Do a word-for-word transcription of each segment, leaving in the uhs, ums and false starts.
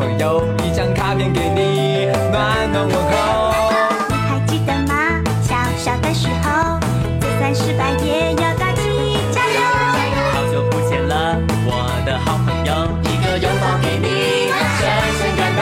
朋友，一张卡片给你，暖暖问候。 你还记得吗？小小的时候，就算失败也要打气，加油！ 好久不见了，我的好朋友，一个拥抱给你，深深感动。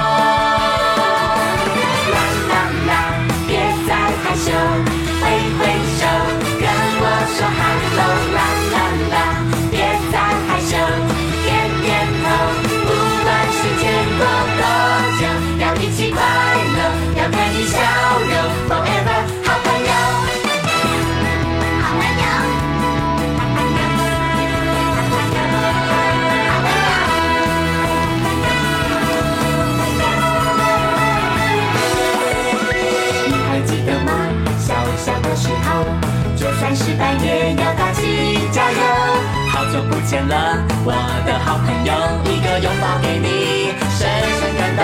啦啦啦，别再害羞，挥挥手，跟我说 hello。啦啦啦，别再害羞，点点头。不管时间过多久，要一起快乐，要看你笑容 ，forever 好朋友。 好朋友，好朋友，好朋友，好朋友。你还记得吗？小小的时候，就算失败也要打气，加油！ 好久不见了，我的好朋友，一个拥抱给你，深深感动。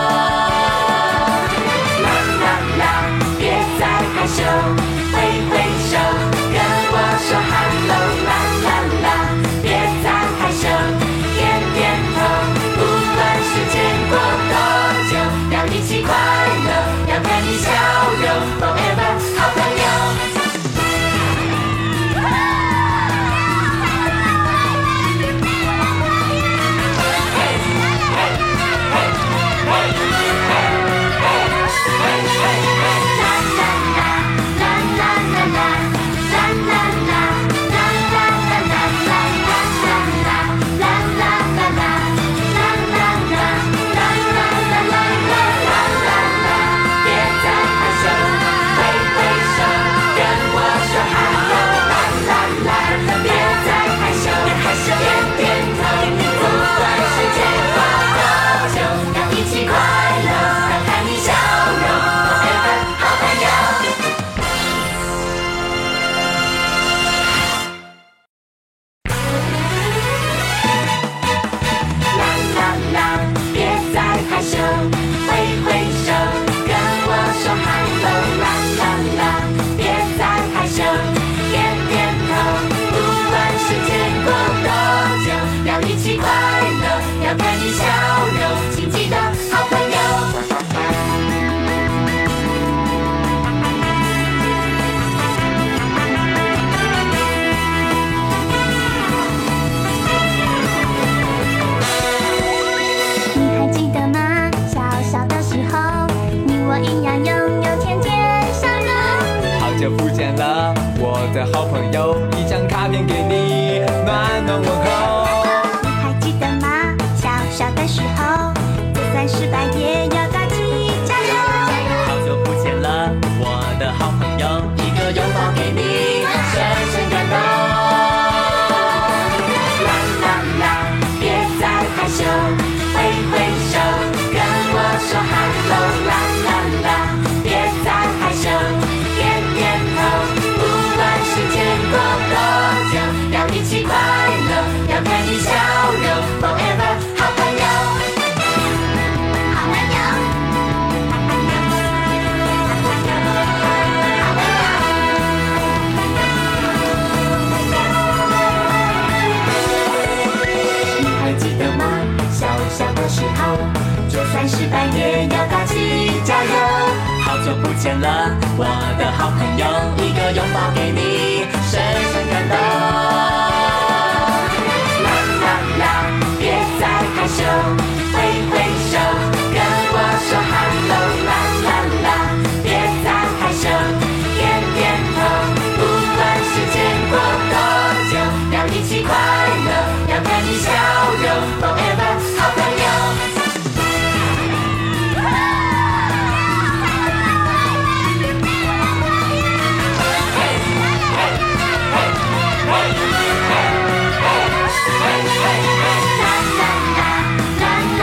啦啦啦，别再害羞，挥挥手，跟我说 hello。啦啦啦，别再害羞，点点头。不管时间过多久，要一起快乐，要看你笑容 ，forever 好朋友。 不见了，我的好朋友，一张卡片给你，暖暖问候。 你还记得吗？小小的时候，就算失败也要打气，加油！ 好久不见了，我的好朋友，一个拥抱给你，深深感动。啦啦啦，别再害羞，挥挥手，跟我说 hello。啦啦啦，别再害羞。时间过多久，要一起快乐，要看你笑容 ，forever 好朋友。 好朋友，好朋友，好朋友，好朋友。你还记得吗？小小的时候，就算失败也要打气，加油！ 好久不见了，我的好朋友，一个拥抱给你，深深感动。啦啦啦，别再害羞，挥挥手，跟我说 hello。啦啦啦，别再害羞，点点头。不管时间过多久，要一起快乐，要看你笑容 ，forever 好朋友。啦啦啦，啦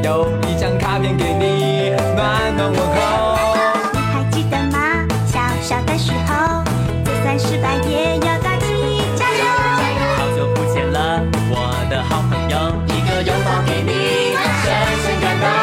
友一张卡片给你，暖暖问候。 你还记得吗？小小的时候，就算失败也要打气，加油！ 好久不见了，我的好朋友，一个拥抱给你，深深感动。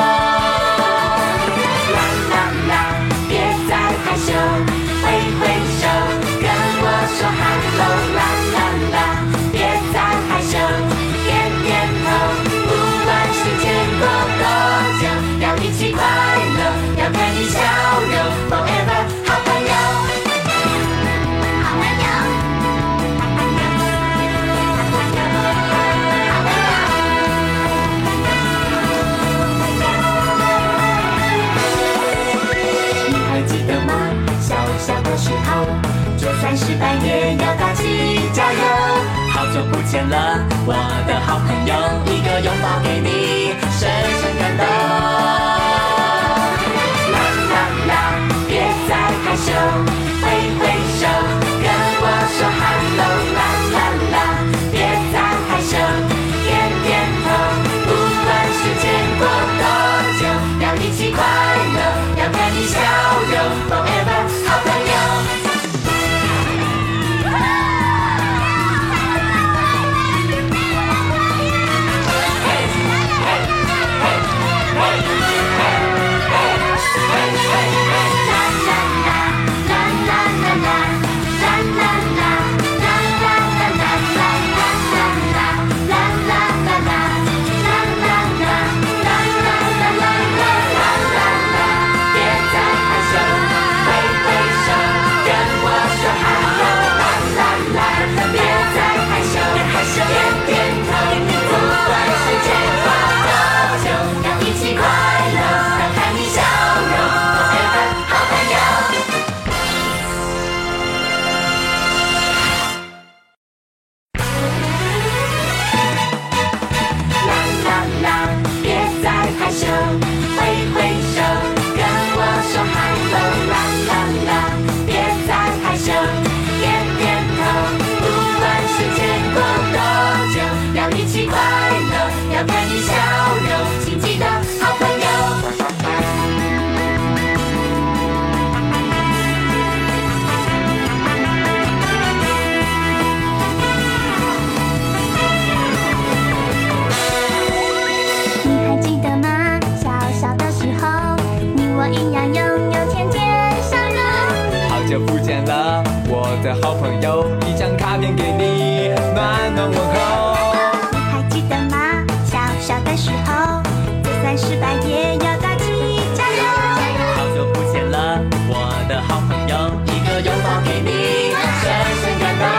啦啦啦，别再害羞，挥挥手，跟我说 hello。啦啦啦，别再害羞，点点头。不管时间过多久，要一起快乐，要看你笑容 ，forever 好朋友。 好朋友，好朋友，好朋友，好朋友。 你还记得吗？小小的时候，就算失败也要打气，加油！好久不见了，我的好朋友，一个拥抱给你，深深感动。啦啦啦，别再害羞，挥挥手，跟我说 hello。啦啦啦，别再害羞，点点头。不管时间过多久，要一起快乐，要看你笑容 ，forever 好朋友。 好朋友一张卡片给你，暖暖问候。 你还记得吗？小小的时候，就算失败也要打气，加油！ 好久不见了，我的好朋友，一个拥抱给你，深深感动。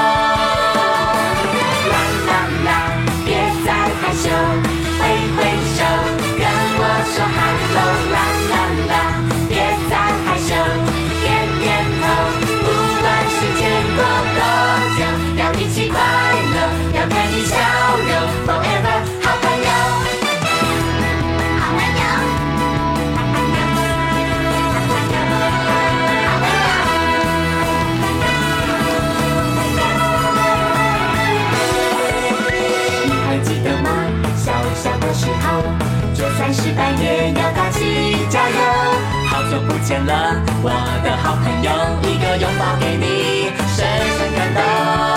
啦啦啦，别再害羞，挥挥手，跟我说 hello。啦啦啦，别再害羞，点点头。时间过多久，要一起快乐，要看你笑容 ，forever 好朋友。 好朋友，好朋友，好朋友，好朋友。 你还记得吗？小小的时候，就算失败也要打气，加油！好久不见了，我的好朋友，一个拥抱给你，深深感动。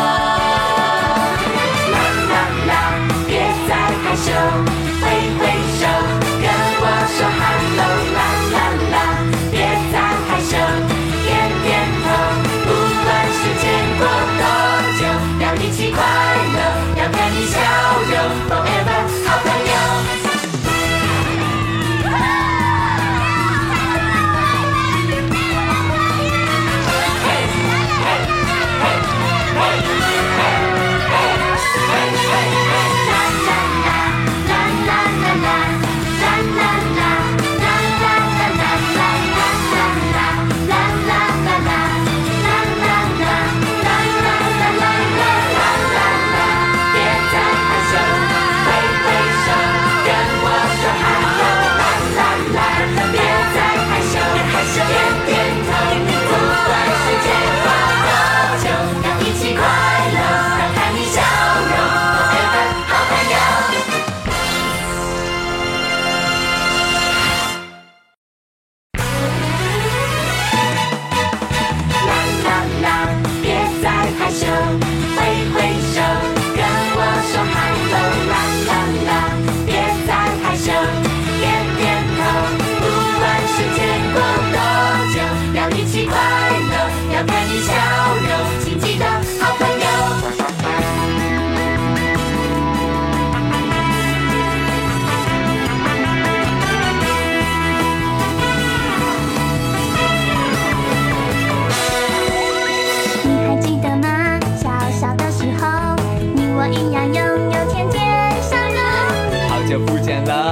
啦啦啦，别再害羞，挥挥手，跟我说 hello。啦啦啦，别再害羞，点点头。不管时间过多久，要一起快乐，要看你笑容 ，forever 好朋友。Hey!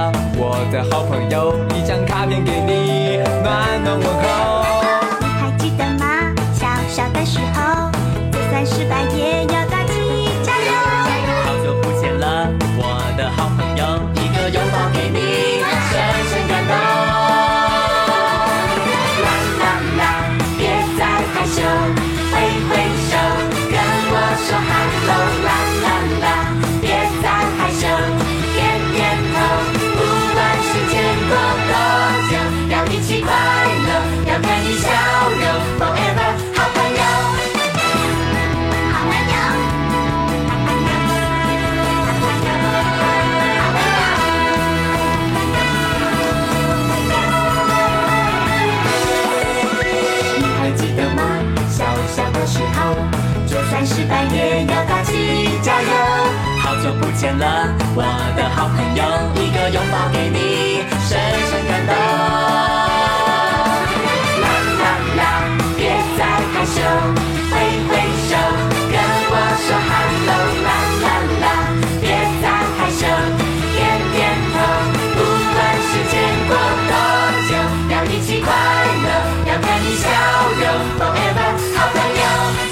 了，我的好朋友，一张卡片给你，暖暖问候。 你还记得吗？小小的时候，就算失败也要打气，加油！ 好久不见了，我的好朋友，一个拥抱给你，深深感动。啦啦啦，别再害羞，挥挥手，跟我说 hello。啦啦啦，别再害羞，点点头。不管时间过多久，要一起快乐，要看你笑容 ，forever 好朋友。 好朋友，好朋友，好朋友，好朋友。 你还记得吗？小小的时候，就算失败也要打气，加油！好久不见了，我的好朋友，一个拥抱给你，深深感动。啦啦啦，别再害羞，挥挥手，跟我说 hello。啦啦啦，别再害羞，点点头。不管时间过多久，要一起快乐，要看你笑容 ，forever 好朋友。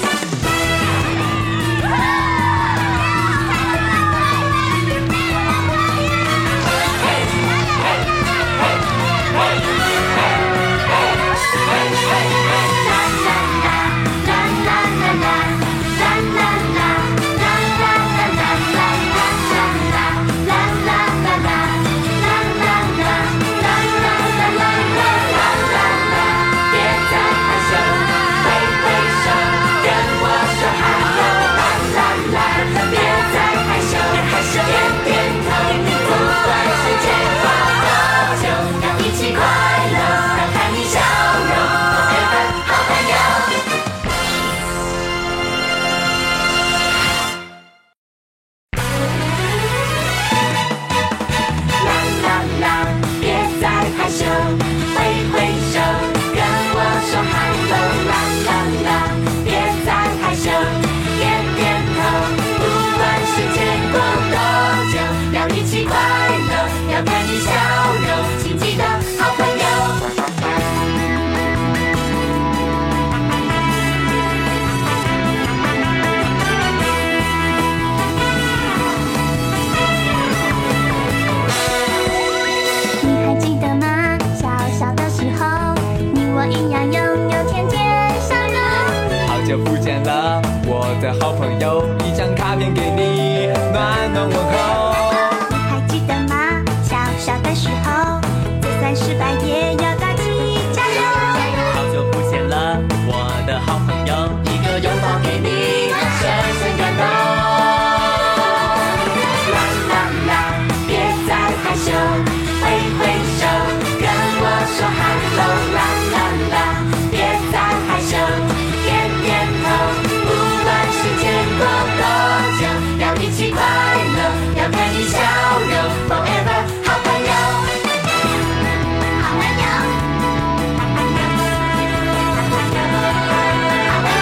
不见了，我的好朋友，一张卡片给你，暖暖问候。 你还记得吗？小小的时候，就算失败也要打气，加油！ 好久不见了，我的好朋友，一个拥抱给你，深深感动。啦啦啦，别再害羞，挥挥手，跟我说 hello。啦啦啦，别再害羞。一起快乐，要看你笑容 ，forever 好朋友。 好朋友，好朋友，好朋友，好朋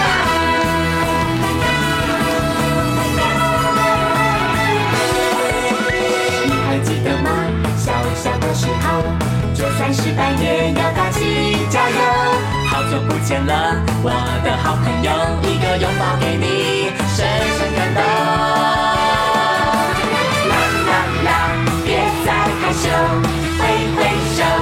友。 你还记得吗？小小的时候，就算失败也要打气，加油！好久不见了，我的好朋友，一个拥抱给你，深深感动。别再害羞，挥挥手。